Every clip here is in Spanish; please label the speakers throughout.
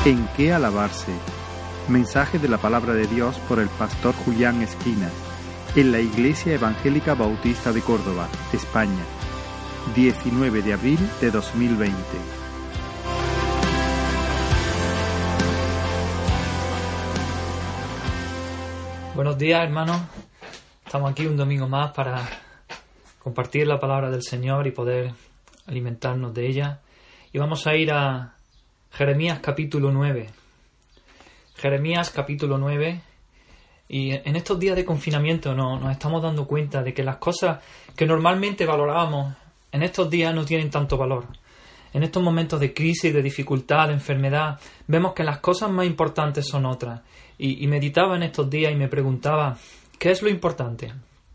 Speaker 1: ¿En qué alabarse? Mensaje de la palabra de Dios por el pastor Julián Esquinas, en la Iglesia Evangélica Bautista de Córdoba, España, 19 de abril de 2020.
Speaker 2: Buenos días, hermanos. Estamos aquí un domingo más para compartir la palabra del Señor y poder alimentarnos de ella. Y vamos a ir a Jeremías capítulo 9. Jeremías capítulo 9. Y en estos días de confinamiento nos estamos dando cuenta de que las cosas que normalmente valorábamos en estos días no tienen tanto valor. En estos momentos de crisis, de dificultad, de enfermedad, vemos que las cosas más importantes son otras. Y meditaba en estos días y me preguntaba, ¿qué es lo importante?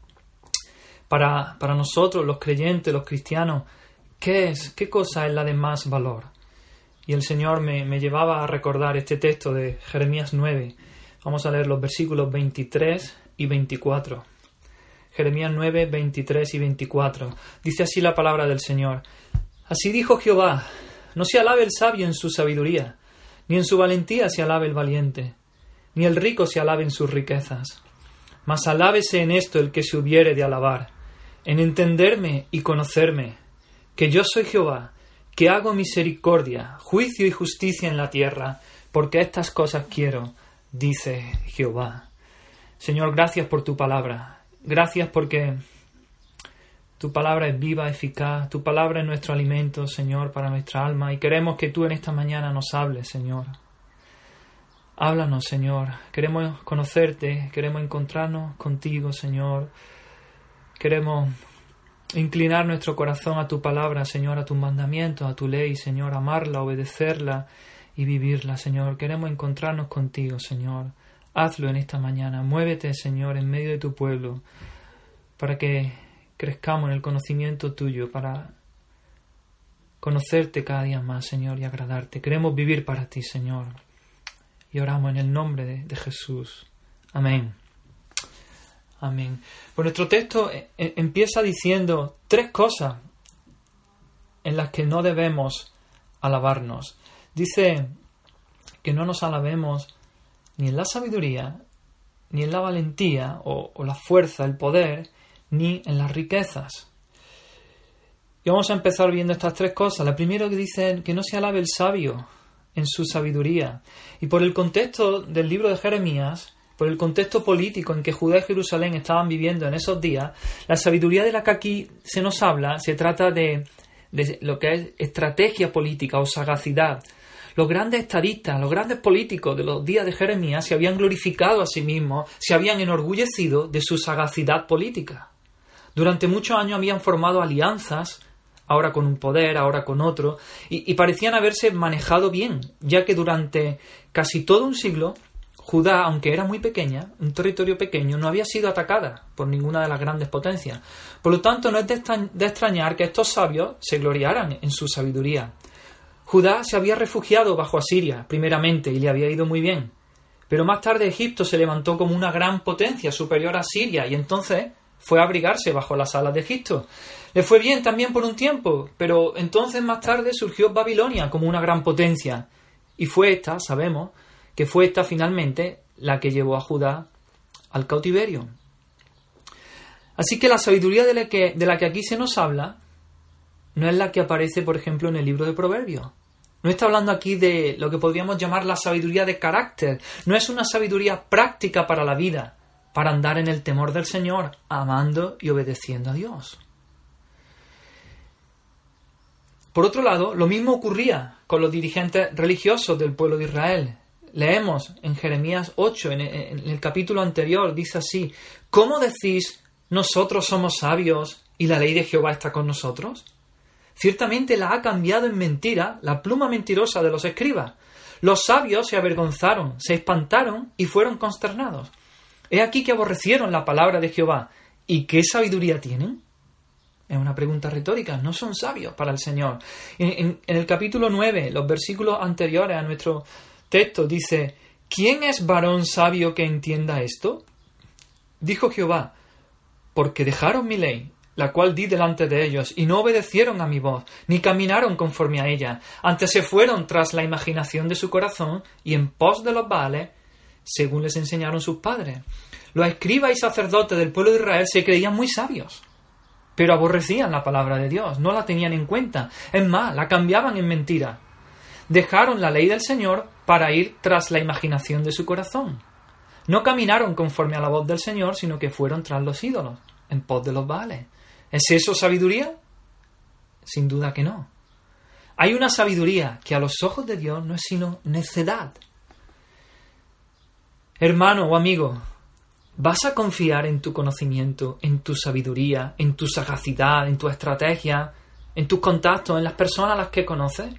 Speaker 2: Para nosotros, los creyentes, los cristianos, ¿qué cosa es la de más valor? Y el Señor me llevaba a recordar este texto de Jeremías 9. Vamos a leer los versículos 23 y 24. Jeremías 9, 23 y 24. Dice así la palabra del Señor. Así dijo Jehová, no se alabe el sabio en su sabiduría, ni en su valentía se alabe el valiente, ni el rico se alabe en sus riquezas. Mas alábese en esto el que se hubiere de alabar, en entenderme y conocerme, que yo soy Jehová, que hago misericordia, juicio y justicia en la tierra, porque estas cosas quiero, dice Jehová. Señor, gracias por tu palabra. Gracias porque tu palabra es viva, eficaz. Tu palabra es nuestro alimento, Señor, para nuestra alma. Y queremos que tú en esta mañana nos hables, Señor. Háblanos, Señor. Queremos conocerte, queremos encontrarnos contigo, Señor. Queremos inclinar nuestro corazón a tu palabra, Señor, a tus mandamientos, a tu ley, Señor, amarla, obedecerla y vivirla, Señor. Queremos encontrarnos contigo, Señor. Hazlo en esta mañana. Muévete, Señor, en medio de tu pueblo, para que crezcamos en el conocimiento tuyo, para conocerte cada día más, Señor, y agradarte. Queremos vivir para ti, Señor. Y oramos en el nombre de Jesús. Amén. Amén. Pues nuestro texto empieza diciendo 3 cosas en las que no debemos alabarnos. Dice que no nos alabemos ni en la sabiduría, ni en la valentía o la fuerza, el poder, ni en las riquezas. Y vamos a empezar viendo estas 3 cosas. La primera que dice que no se alabe el sabio en su sabiduría. Y por el contexto del libro de Jeremías, por el contexto político en que Judá y Jerusalén estaban viviendo en esos días, la sabiduría de la que aquí se nos habla se trata de lo que es estrategia política o sagacidad. Los grandes estadistas, los grandes políticos de los días de Jeremías se habían glorificado a sí mismos, se habían enorgullecido de su sagacidad política. Durante muchos años habían formado alianzas, ahora con un poder, ahora con otro, y parecían haberse manejado bien, ya que durante casi todo un siglo Judá, aunque era muy pequeña, un territorio pequeño, no había sido atacada por ninguna de las grandes potencias. Por lo tanto, no es de extrañar que estos sabios se gloriaran en su sabiduría. Judá se había refugiado bajo Asiria, primeramente, y le había ido muy bien. Pero más tarde Egipto se levantó como una gran potencia superior a Siria, y entonces fue a abrigarse bajo las alas de Egipto. Le fue bien también por un tiempo, pero entonces más tarde surgió Babilonia como una gran potencia. Y fue esta, sabemos, que fue esta finalmente la que llevó a Judá al cautiverio. Así que la sabiduría de la que aquí se nos habla no es la que aparece, por ejemplo, en el libro de Proverbios. No está hablando aquí de lo que podríamos llamar la sabiduría de carácter. No es una sabiduría práctica para la vida, para andar en el temor del Señor, amando y obedeciendo a Dios. Por otro lado, lo mismo ocurría con los dirigentes religiosos del pueblo de Israel. Leemos en Jeremías 8, en el capítulo anterior, dice así: ¿Cómo decís, nosotros somos sabios y la ley de Jehová está con nosotros? Ciertamente la ha cambiado en mentira la pluma mentirosa de los escribas. Los sabios se avergonzaron, se espantaron y fueron consternados. He aquí que aborrecieron la palabra de Jehová. ¿Y qué sabiduría tienen? Es una pregunta retórica. No son sabios para el Señor. En el capítulo 9, los versículos anteriores a nuestro texto, dice: ¿Quién es varón sabio que entienda esto? Dijo Jehová: porque dejaron mi ley, la cual di delante de ellos, y no obedecieron a mi voz, ni caminaron conforme a ella. Antes se fueron tras la imaginación de su corazón, y en pos de los Baales, según les enseñaron sus padres. Los escribas y sacerdotes del pueblo de Israel se creían muy sabios, pero aborrecían la palabra de Dios, no la tenían en cuenta. Es más, la cambiaban en mentira. Dejaron la ley del Señor para ir tras la imaginación de su corazón. No caminaron conforme a la voz del Señor, sino que fueron tras los ídolos, en pos de los Baales. ¿Es eso sabiduría? Sin duda que no. Hay una sabiduría que a los ojos de Dios no es sino necedad. Hermano o amigo, ¿vas a confiar en tu conocimiento, en tu sabiduría, en tu sagacidad, en tu estrategia, en tus contactos, en las personas a las que conoces?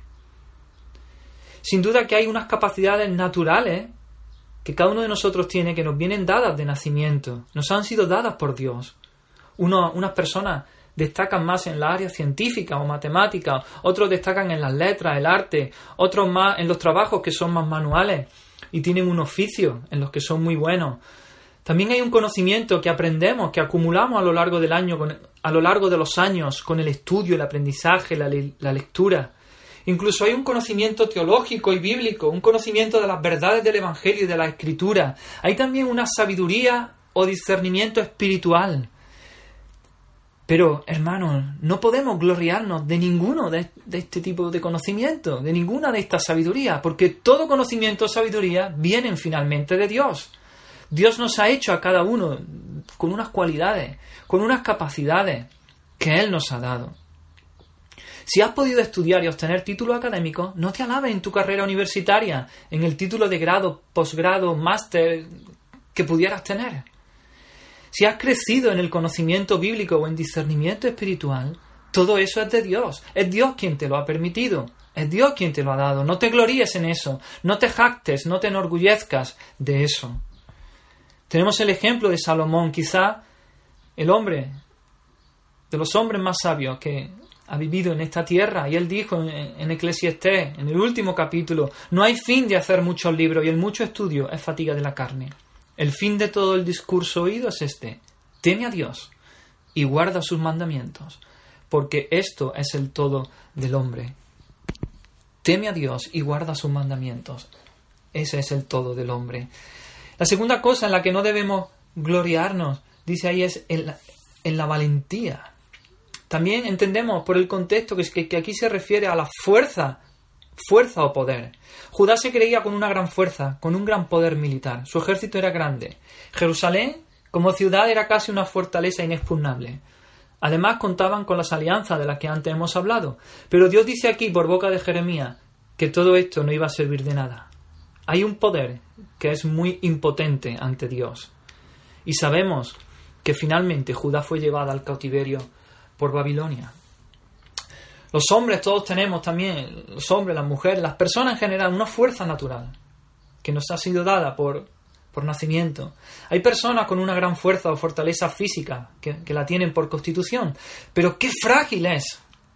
Speaker 2: Sin duda que hay unas capacidades naturales que cada uno de nosotros tiene, que nos vienen dadas de nacimiento, nos han sido dadas por Dios. Unas personas destacan más en la área científica o matemática, otros destacan en las letras, el arte, otros más en los trabajos que son más manuales y tienen un oficio en los que son muy buenos. También hay un conocimiento que aprendemos, que acumulamos a lo largo del año, a lo largo de los años, con el estudio, el aprendizaje, la lectura. Incluso hay un conocimiento teológico y bíblico, un conocimiento de las verdades del Evangelio y de la Escritura. Hay también una sabiduría o discernimiento espiritual. Pero, hermanos, no podemos gloriarnos de ninguno de este tipo de conocimiento, de ninguna de estas sabidurías, porque todo conocimiento o sabiduría vienen finalmente de Dios. Dios nos ha hecho a cada uno con unas cualidades, con unas capacidades que Él nos ha dado. Si has podido estudiar y obtener títulos académicos, no te alabes en tu carrera universitaria, en el título de grado, posgrado, máster que pudieras tener. Si has crecido en el conocimiento bíblico o en discernimiento espiritual, todo eso es de Dios. Es Dios quien te lo ha permitido. Es Dios quien te lo ha dado. No te gloríes en eso. No te jactes, no te enorgullezcas de eso. Tenemos el ejemplo de Salomón, quizá el hombre, de los hombres más sabios que ha vivido en esta tierra. Y él dijo en Eclesiastés, en el último capítulo, no hay fin de hacer muchos libros y el mucho estudio es fatiga de la carne. El fin de todo el discurso oído es este: teme a Dios y guarda sus mandamientos, porque esto es el todo del hombre. Teme a Dios y guarda sus mandamientos. Ese es el todo del hombre. La segunda cosa en la que no debemos gloriarnos, dice ahí, es en la valentía. También entendemos por el contexto que aquí se refiere a la fuerza o poder. Judá se creía con una gran fuerza, con un gran poder militar. Su ejército era grande. Jerusalén, como ciudad, era casi una fortaleza inexpugnable. Además, contaban con las alianzas de las que antes hemos hablado. Pero Dios dice aquí, por boca de Jeremías, que todo esto no iba a servir de nada. Hay un poder que es muy impotente ante Dios. Y sabemos que finalmente Judá fue llevada al cautiverio por Babilonia. Los hombres, todos tenemos también, los hombres, las mujeres, las personas en general, una fuerza natural que nos ha sido dada por nacimiento. Hay personas con una gran fuerza o fortaleza física que la tienen por constitución, pero qué frágil es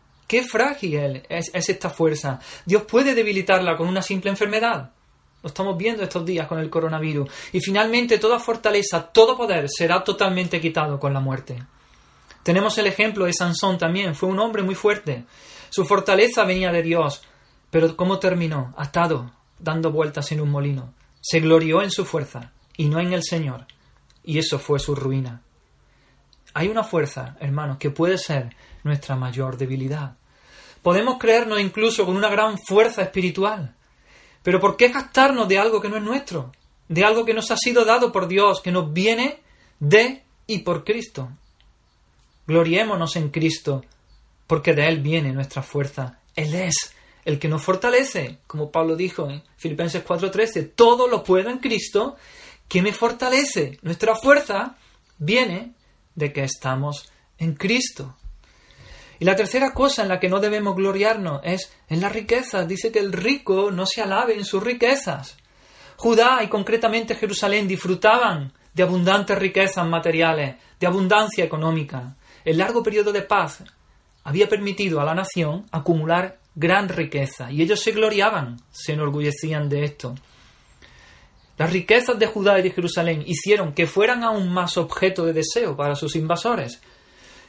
Speaker 2: esta fuerza. Dios puede debilitarla con una simple enfermedad. Lo estamos viendo estos días con el coronavirus. Y finalmente toda fortaleza, todo poder será totalmente quitado con la muerte. Tenemos el ejemplo de Sansón también. Fue un hombre muy fuerte. Su fortaleza venía de Dios. Pero ¿cómo terminó? Atado, dando vueltas en un molino. Se glorió en su fuerza y no en el Señor. Y eso fue su ruina. Hay una fuerza, hermanos, que puede ser nuestra mayor debilidad. Podemos creernos incluso con una gran fuerza espiritual. Pero ¿por qué gastarnos de algo que no es nuestro? De algo que nos ha sido dado por Dios, que nos viene de y por Cristo. Gloriémonos en Cristo, porque de Él viene nuestra fuerza. Él es el que nos fortalece, como Pablo dijo en Filipenses 4:13, todo lo puedo en Cristo, que me fortalece. Nuestra fuerza viene de que estamos en Cristo. Y la tercera cosa en la que no debemos gloriarnos es en las riquezas. Dice que el rico no se alabe en sus riquezas. Judá y concretamente Jerusalén disfrutaban de abundantes riquezas materiales, de abundancia económica. El largo periodo de paz había permitido a la nación acumular gran riqueza y ellos se gloriaban, se enorgullecían de esto. Las riquezas de Judá y de Jerusalén hicieron que fueran aún más objeto de deseo para sus invasores.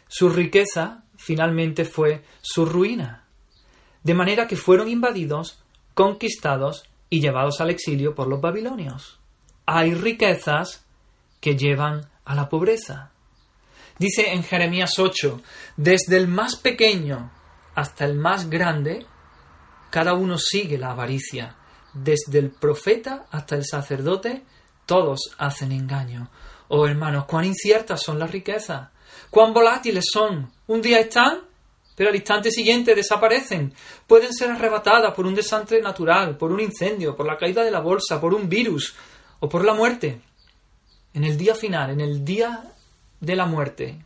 Speaker 2: su riqueza finalmente fue su ruina. De manera que fueron invadidos, conquistados y llevados al exilio por los babilonios. Hay riquezas que llevan a la pobreza. Dice en Jeremías 8, desde el más pequeño hasta el más grande, cada uno sigue la avaricia. Desde el profeta hasta el sacerdote, todos hacen engaño. Oh hermanos, cuán inciertas son las riquezas, cuán volátiles son. Un día están, pero al instante siguiente desaparecen. Pueden ser arrebatadas por un desastre natural, por un incendio, por la caída de la bolsa, por un virus o por la muerte. En el día final, en el día de la muerte,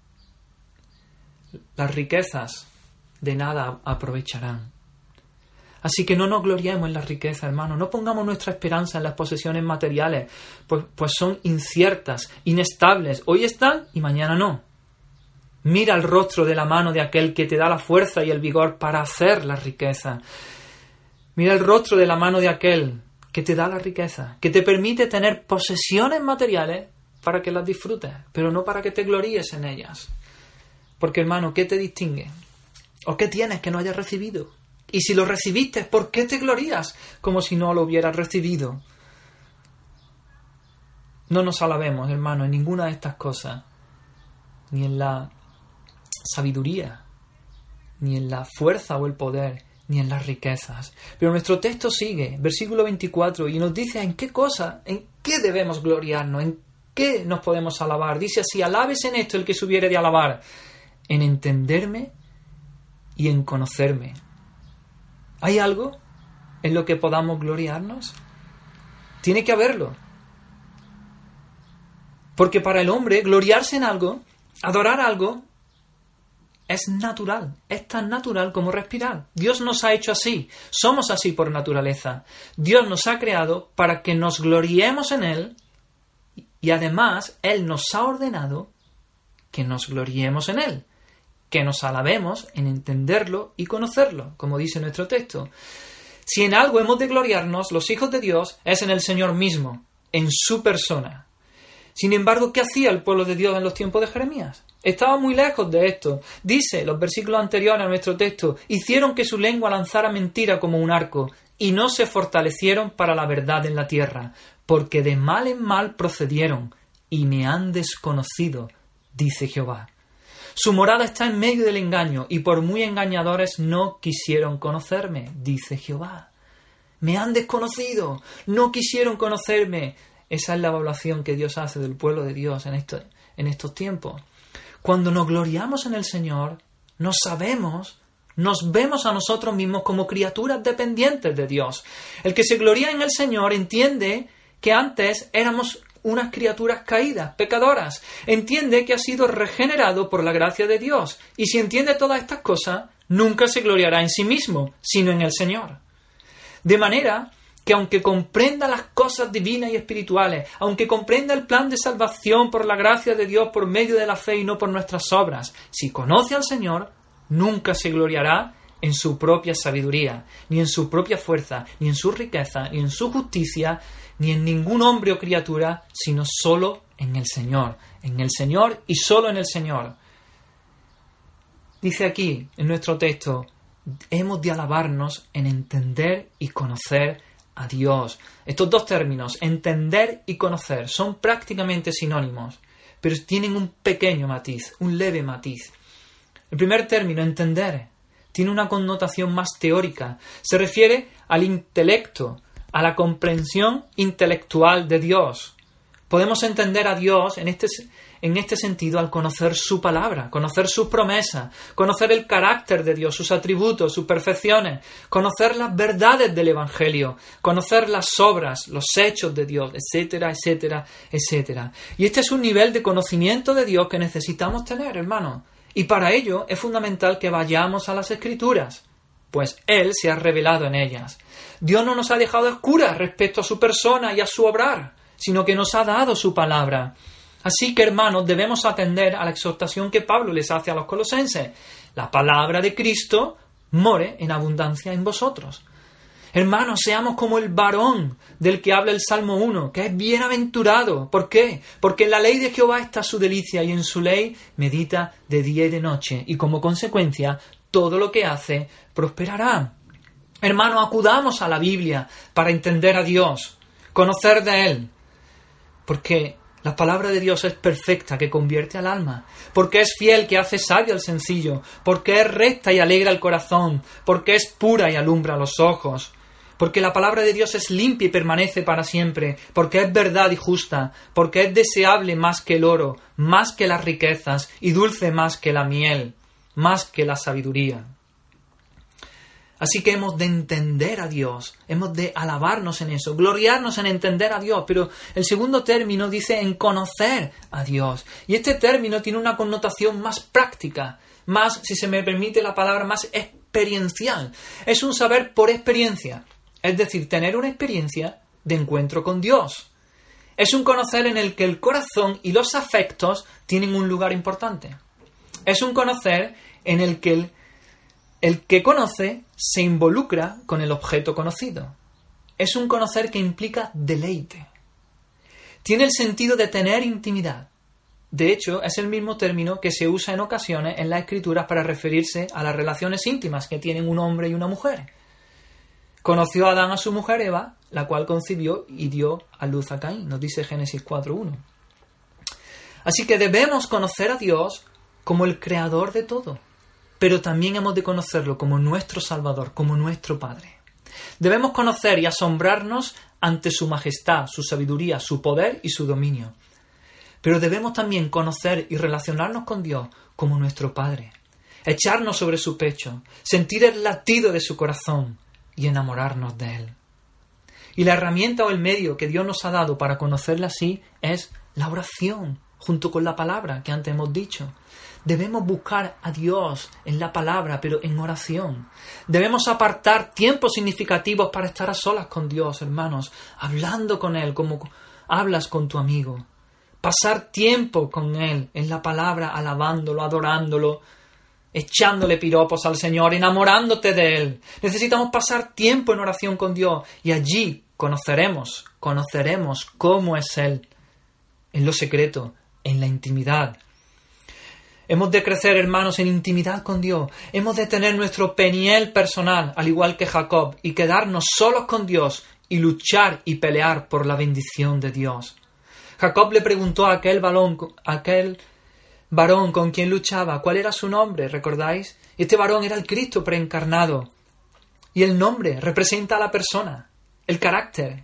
Speaker 2: las riquezas de nada aprovecharán. Así que no nos gloriemos en la riqueza, hermanos. No pongamos nuestra esperanza en las posesiones materiales, pues son inciertas, inestables. Hoy están y mañana no. Mira el rostro de la mano de aquel que te da la fuerza y el vigor para hacer la riqueza. Mira el rostro de la mano de aquel que te da la riqueza, que te permite tener posesiones materiales para que las disfrutes, pero no para que te gloríes en ellas. Porque, hermano, ¿qué te distingue? ¿O qué tienes que no hayas recibido? Y si lo recibiste, ¿por qué te glorías como si no lo hubieras recibido? No nos alabemos, hermano, en ninguna de estas cosas, ni en la sabiduría, ni en la fuerza o el poder, ni en las riquezas. Pero nuestro texto sigue, versículo 24, y nos dice en qué cosa, en qué debemos gloriarnos, en qué nos podemos alabar. Dice así: alabes en esto el que se hubiere de alabar, en entenderme y en conocerme. ¿Hay algo en lo que podamos gloriarnos? Tiene que haberlo. Porque para el hombre gloriarse en algo, adorar algo, es natural. Es tan natural como respirar. Dios nos ha hecho así. Somos así por naturaleza. Dios nos ha creado para que nos gloriemos en Él y además Él nos ha ordenado que nos gloriemos en Él. Que nos alabemos en entenderlo y conocerlo, como dice nuestro texto. Si en algo hemos de gloriarnos, los hijos de Dios, es en el Señor mismo, en su persona. Sin embargo, ¿qué hacía el pueblo de Dios en los tiempos de Jeremías? Estaba muy lejos de esto. Dice, los versículos anteriores a nuestro texto, hicieron que su lengua lanzara mentira como un arco, y no se fortalecieron para la verdad en la tierra, porque de mal en mal procedieron, y me han desconocido, dice Jehová. Su morada está en medio del engaño, y por muy engañadores no quisieron conocerme, dice Jehová. Me han desconocido, no quisieron conocerme. Esa es la evaluación que Dios hace del pueblo de Dios en estos tiempos. Cuando nos gloriamos en el Señor, nos vemos a nosotros mismos como criaturas dependientes de Dios. El que se gloria en el Señor entiende que antes éramos unas criaturas caídas, pecadoras. Entiende que ha sido regenerado por la gracia de Dios. Y si entiende todas estas cosas, nunca se gloriará en sí mismo, sino en el Señor. De manera que aunque comprenda las cosas divinas y espirituales, aunque comprenda el plan de salvación por la gracia de Dios por medio de la fe y no por nuestras obras, si conoce al Señor, nunca se gloriará en su propia sabiduría, ni en su propia fuerza, ni en su riqueza, ni en su justicia, ni en ningún hombre o criatura, sino solo en el Señor y solo en el Señor. Dice aquí, en nuestro texto, hemos de alabarnos en entender y conocer a Dios. Estos dos términos, entender y conocer, son prácticamente sinónimos, pero tienen un pequeño matiz, un leve matiz. El primer término, entender, tiene una connotación más teórica. Se refiere al intelecto, a la comprensión intelectual de Dios. Podemos entender a Dios en este sentido al conocer su palabra, conocer sus promesas, conocer el carácter de Dios, sus atributos, sus perfecciones, conocer las verdades del Evangelio, conocer las obras, los hechos de Dios, etcétera, etcétera, etcétera. Y este es un nivel de conocimiento de Dios que necesitamos tener, hermanos. Y para ello es fundamental que vayamos a las Escrituras, pues Él se ha revelado en ellas. Dios no nos ha dejado a oscuras respecto a su persona y a su obrar, sino que nos ha dado su palabra. Así que, hermanos, debemos atender a la exhortación que Pablo les hace a los colosenses. La palabra de Cristo more en abundancia en vosotros. Hermanos, seamos como el varón del que habla el Salmo 1, que es bienaventurado. ¿Por qué? Porque en la ley de Jehová está su delicia y en su ley medita de día y de noche. Y como consecuencia, todo lo que hace prosperará. Hermanos, acudamos a la Biblia para entender a Dios, conocer de Él. Porque la palabra de Dios es perfecta, que convierte al alma. Porque es fiel, que hace sabio al sencillo. Porque es recta y alegra el corazón. Porque es pura y alumbra los ojos. Porque la palabra de Dios es limpia y permanece para siempre. Porque es verdad y justa. Porque es deseable más que el oro, más que las riquezas, y dulce más que la miel, más que la sabiduría. Así que hemos de entender a Dios, hemos de alabarnos en eso, gloriarnos en entender a Dios, pero el segundo término dice en conocer a Dios. Y este término tiene una connotación más práctica, más, si se me permite la palabra, más experiencial. Es un saber por experiencia, es decir, tener una experiencia de encuentro con Dios. Es un conocer en el que el corazón y los afectos tienen un lugar importante. Es un conocer en el que el que conoce se involucra con el objeto conocido. Es un conocer que implica deleite. Tiene el sentido de tener intimidad. De hecho, es el mismo término que se usa en ocasiones en las Escrituras para referirse a las relaciones íntimas que tienen un hombre y una mujer. Conoció a Adán a su mujer Eva, la cual concibió y dio a luz a Caín, nos dice Génesis 4:1. Así que debemos conocer a Dios como el creador de todo. Pero también hemos de conocerlo como nuestro Salvador, como nuestro Padre. Debemos conocer y asombrarnos ante su majestad, su sabiduría, su poder y su dominio. Pero debemos también conocer y relacionarnos con Dios como nuestro Padre, echarnos sobre su pecho, sentir el latido de su corazón y enamorarnos de Él. Y la herramienta o el medio que Dios nos ha dado para conocerle así es la oración, junto con la palabra que antes hemos dicho. Debemos buscar a Dios en la palabra, pero en oración. Debemos apartar tiempos significativos para estar a solas con Dios, hermanos, hablando con Él como hablas con tu amigo. Pasar tiempo con Él en la palabra, alabándolo, adorándolo, echándole piropos al Señor, enamorándote de Él. Necesitamos pasar tiempo en oración con Dios y allí conoceremos cómo es Él, en lo secreto, en la intimidad. Hemos de crecer, hermanos, en intimidad con Dios. Hemos de tener nuestro Peniel personal, al igual que Jacob, y quedarnos solos con Dios y luchar y pelear por la bendición de Dios. Jacob le preguntó a aquel varón con quien luchaba cuál era su nombre, ¿recordáis? Y este varón era el Cristo preencarnado. Y el nombre representa a la persona, el carácter.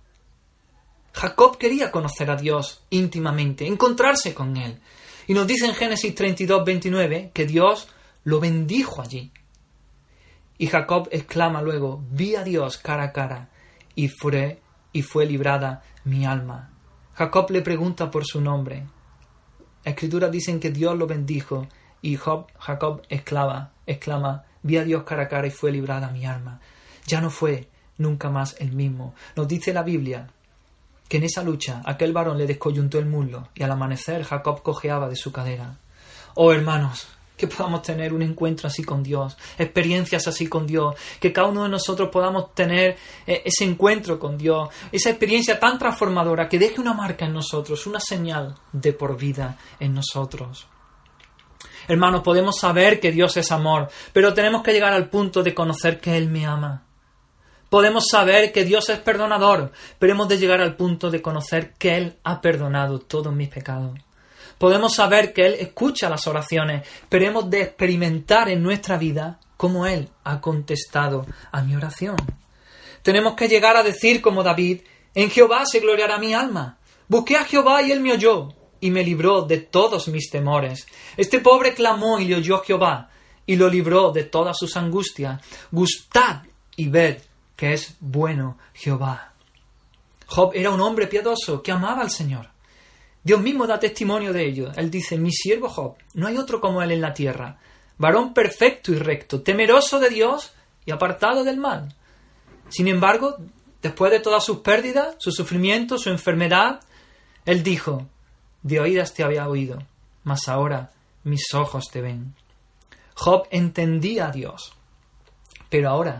Speaker 2: Jacob quería conocer a Dios íntimamente, encontrarse con Él. Y nos dice en Génesis 32:29 que Dios lo bendijo allí. Y Jacob exclama luego, vi a Dios cara a cara y fue librada mi alma. Jacob le pregunta por su nombre. Las Escrituras dicen que Dios lo bendijo y Jacob exclama, vi a Dios cara a cara y fue librada mi alma. Ya no fue nunca más el mismo. Nos dice la Biblia que en esa lucha aquel varón le descoyuntó el muslo y al amanecer Jacob cojeaba de su cadera. Oh, hermanos, que podamos tener un encuentro así con Dios, experiencias así con Dios, que cada uno de nosotros podamos tener ese encuentro con Dios, esa experiencia tan transformadora que deje una marca en nosotros, una señal de por vida en nosotros. Hermanos, podemos saber que Dios es amor, pero tenemos que llegar al punto de conocer que Él me ama. Podemos saber que Dios es perdonador, pero hemos de llegar al punto de conocer que Él ha perdonado todos mis pecados. Podemos saber que Él escucha las oraciones, pero hemos de experimentar en nuestra vida cómo Él ha contestado a mi oración. Tenemos que llegar a decir como David, en Jehová se gloriará mi alma. Busqué a Jehová y Él me oyó y me libró de todos mis temores. Este pobre clamó y le oyó Jehová y lo libró de todas sus angustias. Gustad y ved que es bueno Jehová. Job era un hombre piadoso que amaba al Señor. Dios mismo da testimonio de ello. Él dice, mi siervo Job, no hay otro como él en la tierra, varón perfecto y recto, temeroso de Dios y apartado del mal. Sin embargo, después de todas sus pérdidas, su sufrimiento, su enfermedad, él dijo, de oídas te había oído, mas ahora mis ojos te ven. Job entendía a Dios, pero ahora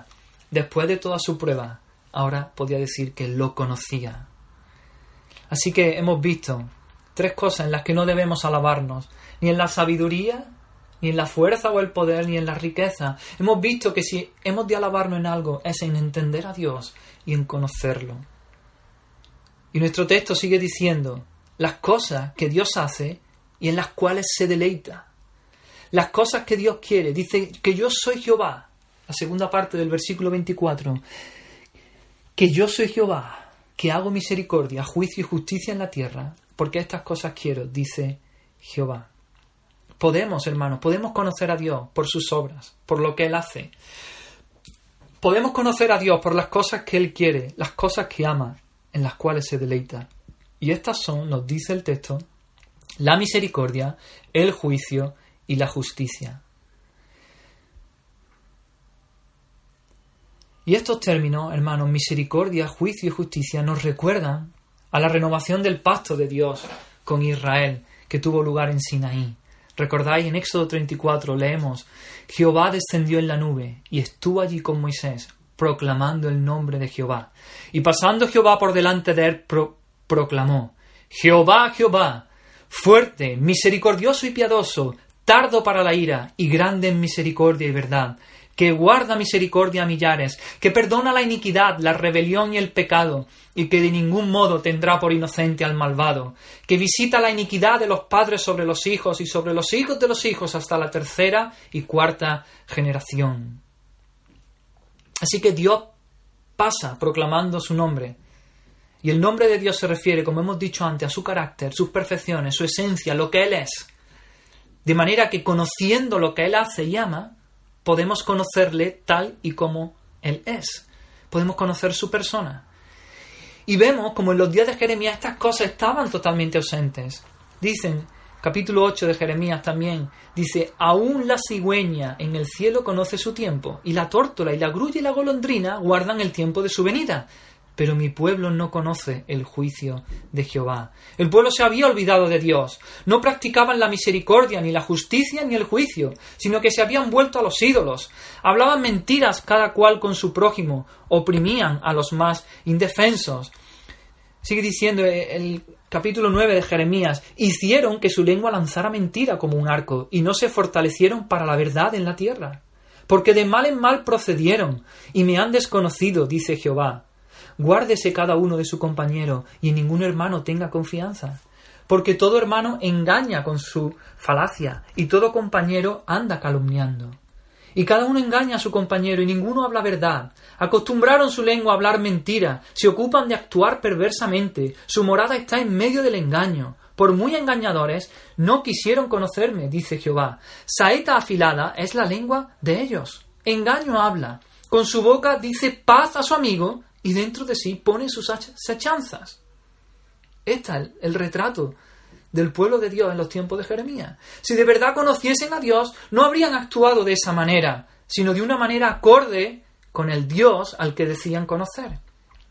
Speaker 2: después de toda su prueba, ahora podía decir que lo conocía. Así que hemos visto 3 cosas en las que no debemos alabarnos, ni en la sabiduría, ni en la fuerza o el poder, ni en la riqueza. Hemos visto que si hemos de alabarnos en algo es en entender a Dios y en conocerlo. Y nuestro texto sigue diciendo las cosas que Dios hace y en las cuales se deleita. Las cosas que Dios quiere. Dice que yo soy Jehová. La segunda parte del versículo 24. Que yo soy Jehová, que hago misericordia, juicio y justicia en la tierra, porque estas cosas quiero, dice Jehová. Podemos, hermanos, podemos conocer a Dios por sus obras, por lo que Él hace. Podemos conocer a Dios por las cosas que Él quiere, las cosas que ama, en las cuales se deleita. Y estas son, nos dice el texto, la misericordia, el juicio y la justicia. Y estos términos, hermanos, misericordia, juicio y justicia, nos recuerdan a la renovación del pacto de Dios con Israel, que tuvo lugar en Sinaí. ¿Recordáis? En Éxodo 34 leemos: Jehová descendió en la nube y estuvo allí con Moisés, proclamando el nombre de Jehová. Y pasando Jehová por delante de él, proclamó: Jehová, Jehová, fuerte, misericordioso y piadoso, tardo para la ira y grande en misericordia y verdad, que guarda misericordia a millares, que perdona la iniquidad, la rebelión y el pecado, y que de ningún modo tendrá por inocente al malvado, que visita la iniquidad de los padres sobre los hijos y sobre los hijos de los hijos hasta la 3ª y 4ª generación. Así que Dios pasa proclamando su nombre. Y el nombre de Dios se refiere, como hemos dicho antes, a su carácter, sus perfecciones, su esencia, lo que Él es. De manera que conociendo lo que Él hace y ama, podemos conocerle tal y como Él es. Podemos conocer su persona. Y vemos como en los días de Jeremías estas cosas estaban totalmente ausentes. Dicen, capítulo 8 de Jeremías también, dice: aún la cigüeña en el cielo conoce su tiempo, y la tórtola y la grulla y la golondrina guardan el tiempo de su venida. Pero mi pueblo no conoce el juicio de Jehová. El pueblo se había olvidado de Dios. No practicaban la misericordia, ni la justicia, ni el juicio, sino que se habían vuelto a los ídolos. Hablaban mentiras cada cual con su prójimo. Oprimían a los más indefensos. Sigue diciendo el capítulo 9 de Jeremías: hicieron que su lengua lanzara mentira como un arco, y no se fortalecieron para la verdad en la tierra. Porque de mal en mal procedieron, y me han desconocido, dice Jehová. Guárdese cada uno de su compañero, y en ningún hermano tenga confianza. Porque todo hermano engaña con su falacia, y todo compañero anda calumniando. Y cada uno engaña a su compañero, y ninguno habla verdad. Acostumbraron su lengua a hablar mentira, se ocupan de actuar perversamente, su morada está en medio del engaño. Por muy engañadores, no quisieron conocerme, dice Jehová. Saeta afilada es la lengua de ellos. Engaño habla. Con su boca dice paz a su amigo, y dentro de sí pone sus acechanzas. Este es el retrato del pueblo de Dios en los tiempos de Jeremías. Si de verdad conociesen a Dios, no habrían actuado de esa manera, sino de una manera acorde con el Dios al que decían conocer.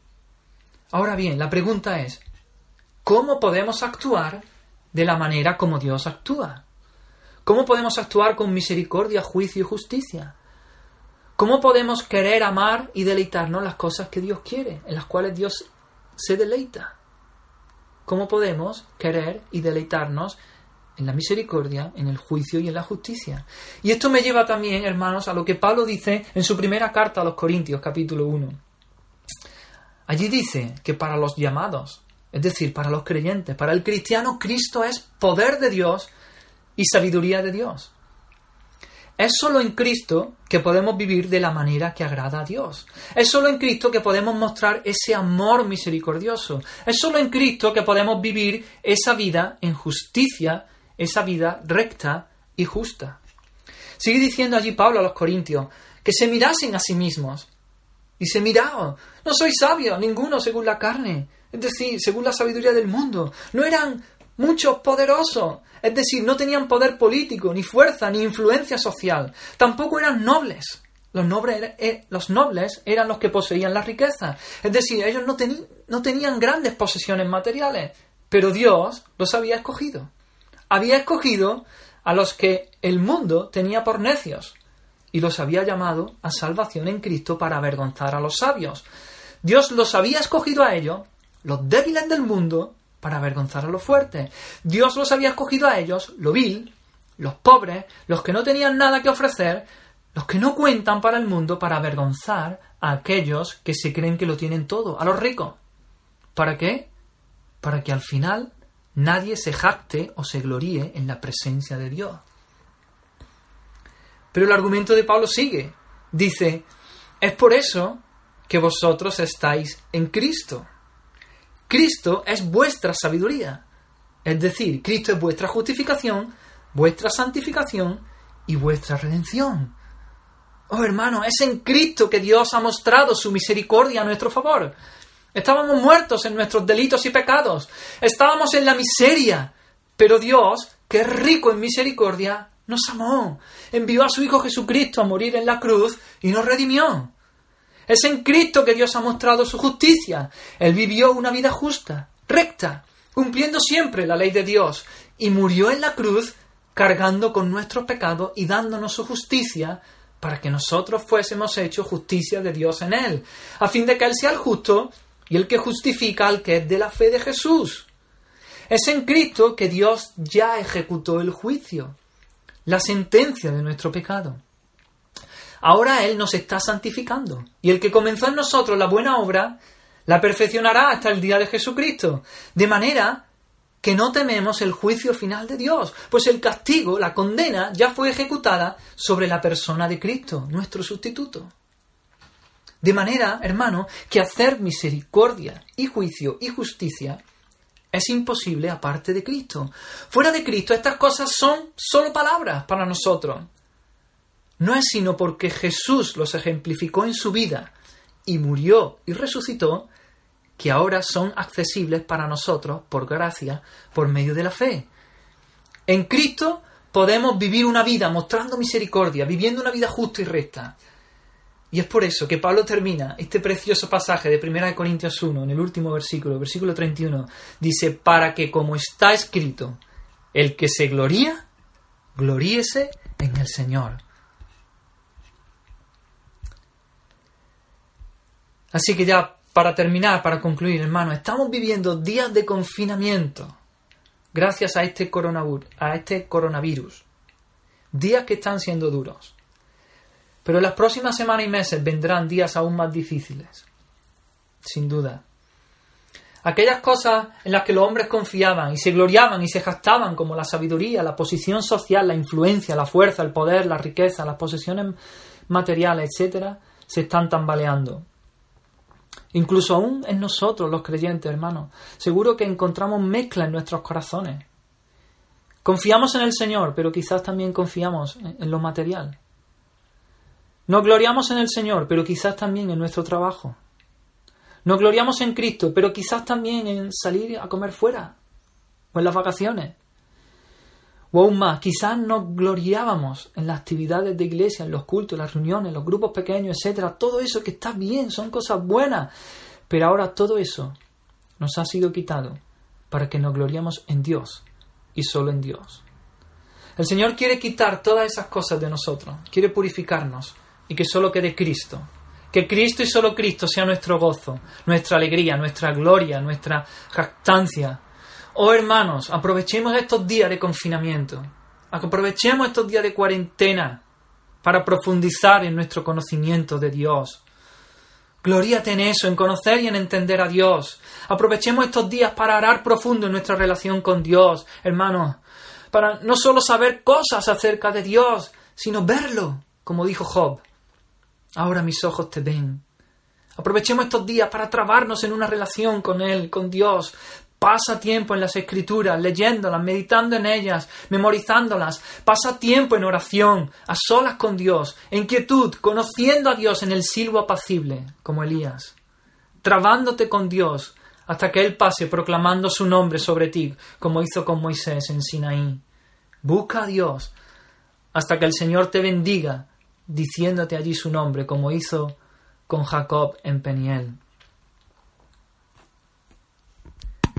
Speaker 2: Ahora bien, la pregunta es: ¿cómo podemos actuar de la manera como Dios actúa? ¿Cómo podemos actuar con misericordia, juicio y justicia? ¿Cómo podemos querer, amar y deleitarnos en las cosas que Dios quiere, en las cuales Dios se deleita? ¿Cómo podemos querer y deleitarnos en la misericordia, en el juicio y en la justicia? Y esto me lleva también, hermanos, a lo que Pablo dice en su primera carta a los Corintios, capítulo 1. Allí dice que para los llamados, es decir, para los creyentes, para el cristiano, Cristo es poder de Dios y sabiduría de Dios. Es solo en Cristo que podemos vivir de la manera que agrada a Dios. Es solo en Cristo que podemos mostrar ese amor misericordioso. Es solo en Cristo que podemos vivir esa vida en justicia, esa vida recta y justa. Sigue diciendo allí Pablo a los Corintios que se mirasen a sí mismos. Dice: miraos, no sois sabios, ninguno según la carne, es decir, según la sabiduría del mundo. No eran muchos poderosos, es decir, no tenían poder político, ni fuerza, ni influencia social. Tampoco eran nobles. Los nobles eran los que poseían la riqueza. Es decir, ellos no tenían grandes posesiones materiales. Pero Dios los había escogido. Había escogido a los que el mundo tenía por necios. y los había llamado a salvación en Cristo para avergonzar a los sabios. Dios los había escogido a ellos, los débiles del mundo, para avergonzar a los fuertes. Dios los había escogido a ellos, lo vil, los pobres, los que no tenían nada que ofrecer, los que no cuentan para el mundo, para avergonzar a aquellos que se creen que lo tienen todo, a los ricos. ¿Para qué? Para que al final nadie se jacte o se gloríe en la presencia de Dios. Pero el argumento de Pablo sigue. Dice, es por eso que vosotros estáis en Cristo. Cristo es vuestra sabiduría. Es decir, Cristo es vuestra justificación, vuestra santificación y vuestra redención. Oh, hermano, es en Cristo que Dios ha mostrado su misericordia a nuestro favor. Estábamos muertos en nuestros delitos y pecados. Estábamos en la miseria. Pero Dios, que es rico en misericordia, nos amó. Envió a su Hijo Jesucristo a morir en la cruz y nos redimió. Es en Cristo que Dios ha mostrado su justicia. Él vivió una vida justa, recta, cumpliendo siempre la ley de Dios, y murió en la cruz cargando con nuestros pecados y dándonos su justicia para que nosotros fuésemos hechos justicia de Dios en Él, a fin de que Él sea el justo y el que justifica al que es de la fe de Jesús. Es en Cristo que Dios ya ejecutó el juicio, la sentencia de nuestro pecado. Ahora Él nos está santificando, y el que comenzó en nosotros la buena obra, la perfeccionará hasta el día de Jesucristo, de manera que no tememos el juicio final de Dios, pues el castigo, la condena, ya fue ejecutada sobre la persona de Cristo, nuestro sustituto. De manera, hermano, que hacer misericordia y juicio y justicia es imposible aparte de Cristo. Fuera de Cristo estas cosas son solo palabras para nosotros. No es sino porque Jesús los ejemplificó en su vida y murió y resucitó, que ahora son accesibles para nosotros por gracia, por medio de la fe. En Cristo podemos vivir una vida mostrando misericordia, viviendo una vida justa y recta. Y es por eso que Pablo termina este precioso pasaje de 1 Corintios 1, en el último versículo 31, dice, para que como está escrito, el que se gloría, gloríese en el Señor. Así que ya, para terminar, para concluir, hermanos, estamos viviendo días de confinamiento gracias a este coronavirus. Días que están siendo duros. Pero en las próximas semanas y meses vendrán días aún más difíciles. Sin duda. Aquellas cosas en las que los hombres confiaban y se gloriaban y se jactaban, como la sabiduría, la posición social, la influencia, la fuerza, el poder, la riqueza, las posesiones materiales, etc., se están tambaleando. Incluso aún en nosotros, los creyentes, hermanos, seguro que encontramos mezcla en nuestros corazones. Confiamos en el Señor, pero quizás también confiamos en lo material. Nos gloriamos en el Señor, pero quizás también en nuestro trabajo. Nos gloriamos en Cristo, pero quizás también en salir a comer fuera, o en las vacaciones. O aún más, quizás nos gloriábamos en las actividades de iglesia, en los cultos, las reuniones, los grupos pequeños, etc. Todo eso que está bien, son cosas buenas. Pero ahora todo eso nos ha sido quitado para que nos gloriamos en Dios y solo en Dios. El Señor quiere quitar todas esas cosas de nosotros, quiere purificarnos y que solo quede Cristo. Que Cristo y solo Cristo sea nuestro gozo, nuestra alegría, nuestra gloria, nuestra jactancia. Oh hermanos, aprovechemos estos días de confinamiento, aprovechemos estos días de cuarentena para profundizar en nuestro conocimiento de Dios. Gloríate en eso, en conocer y en entender a Dios. Aprovechemos estos días para arar profundo en nuestra relación con Dios, hermanos, para no solo saber cosas acerca de Dios, sino verlo, como dijo Job. Ahora mis ojos te ven. Aprovechemos estos días para trabarnos en una relación con Él, con Dios. Pasa tiempo en las Escrituras, leyéndolas, meditando en ellas, memorizándolas. Pasa tiempo en oración, a solas con Dios, en quietud, conociendo a Dios en el silbo apacible, como Elías. Trabándote con Dios hasta que Él pase proclamando su nombre sobre ti, como hizo con Moisés en Sinaí. Busca a Dios hasta que el Señor te bendiga, diciéndote allí su nombre, como hizo con Jacob en Peniel.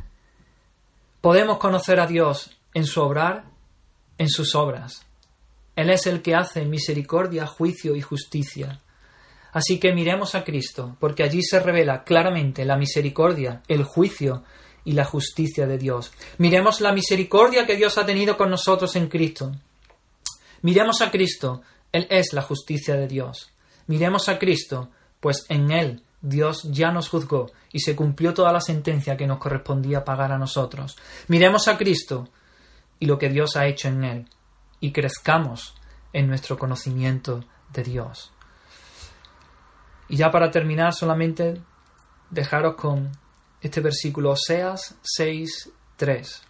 Speaker 2: Podemos conocer a Dios en su obrar, en sus obras, Él es el que hace misericordia, juicio y justicia. Así que miremos a Cristo, porque allí se revela claramente la misericordia, el juicio y la justicia de Dios. Miremos la misericordia que Dios ha tenido con nosotros en Cristo. Miremos a Cristo, Él es la justicia de Dios. Miremos a Cristo, pues en Él Dios ya nos juzgó y se cumplió toda la sentencia que nos correspondía pagar a nosotros. Miremos a Cristo y lo que Dios ha hecho en Él, y crezcamos en nuestro conocimiento de Dios. Y ya para terminar, solamente dejaros con este versículo, Oseas 6:3.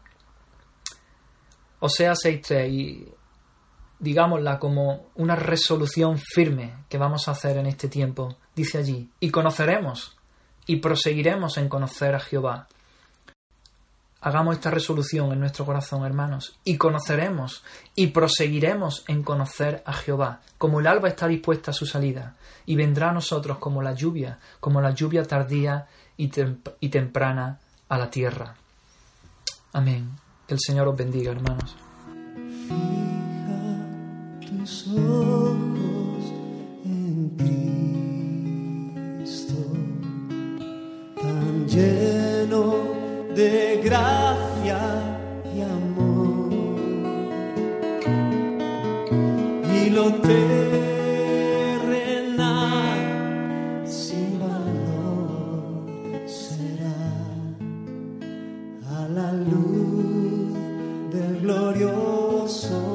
Speaker 2: Oseas 6:3, y digámosla como una resolución firme que vamos a hacer en este tiempo. Dice allí, y conoceremos y proseguiremos en conocer a Jehová. Hagamos esta resolución en nuestro corazón, hermanos, y conoceremos y proseguiremos en conocer a Jehová, como el alba está dispuesta a su salida, y vendrá a nosotros como la lluvia tardía y temprana a la tierra. Amén. Que el Señor os bendiga, hermanos.
Speaker 3: Fija tus ojos en Cristo, tan lleno de gracia y amor, y lo terrenal sin valor será a la luz del glorioso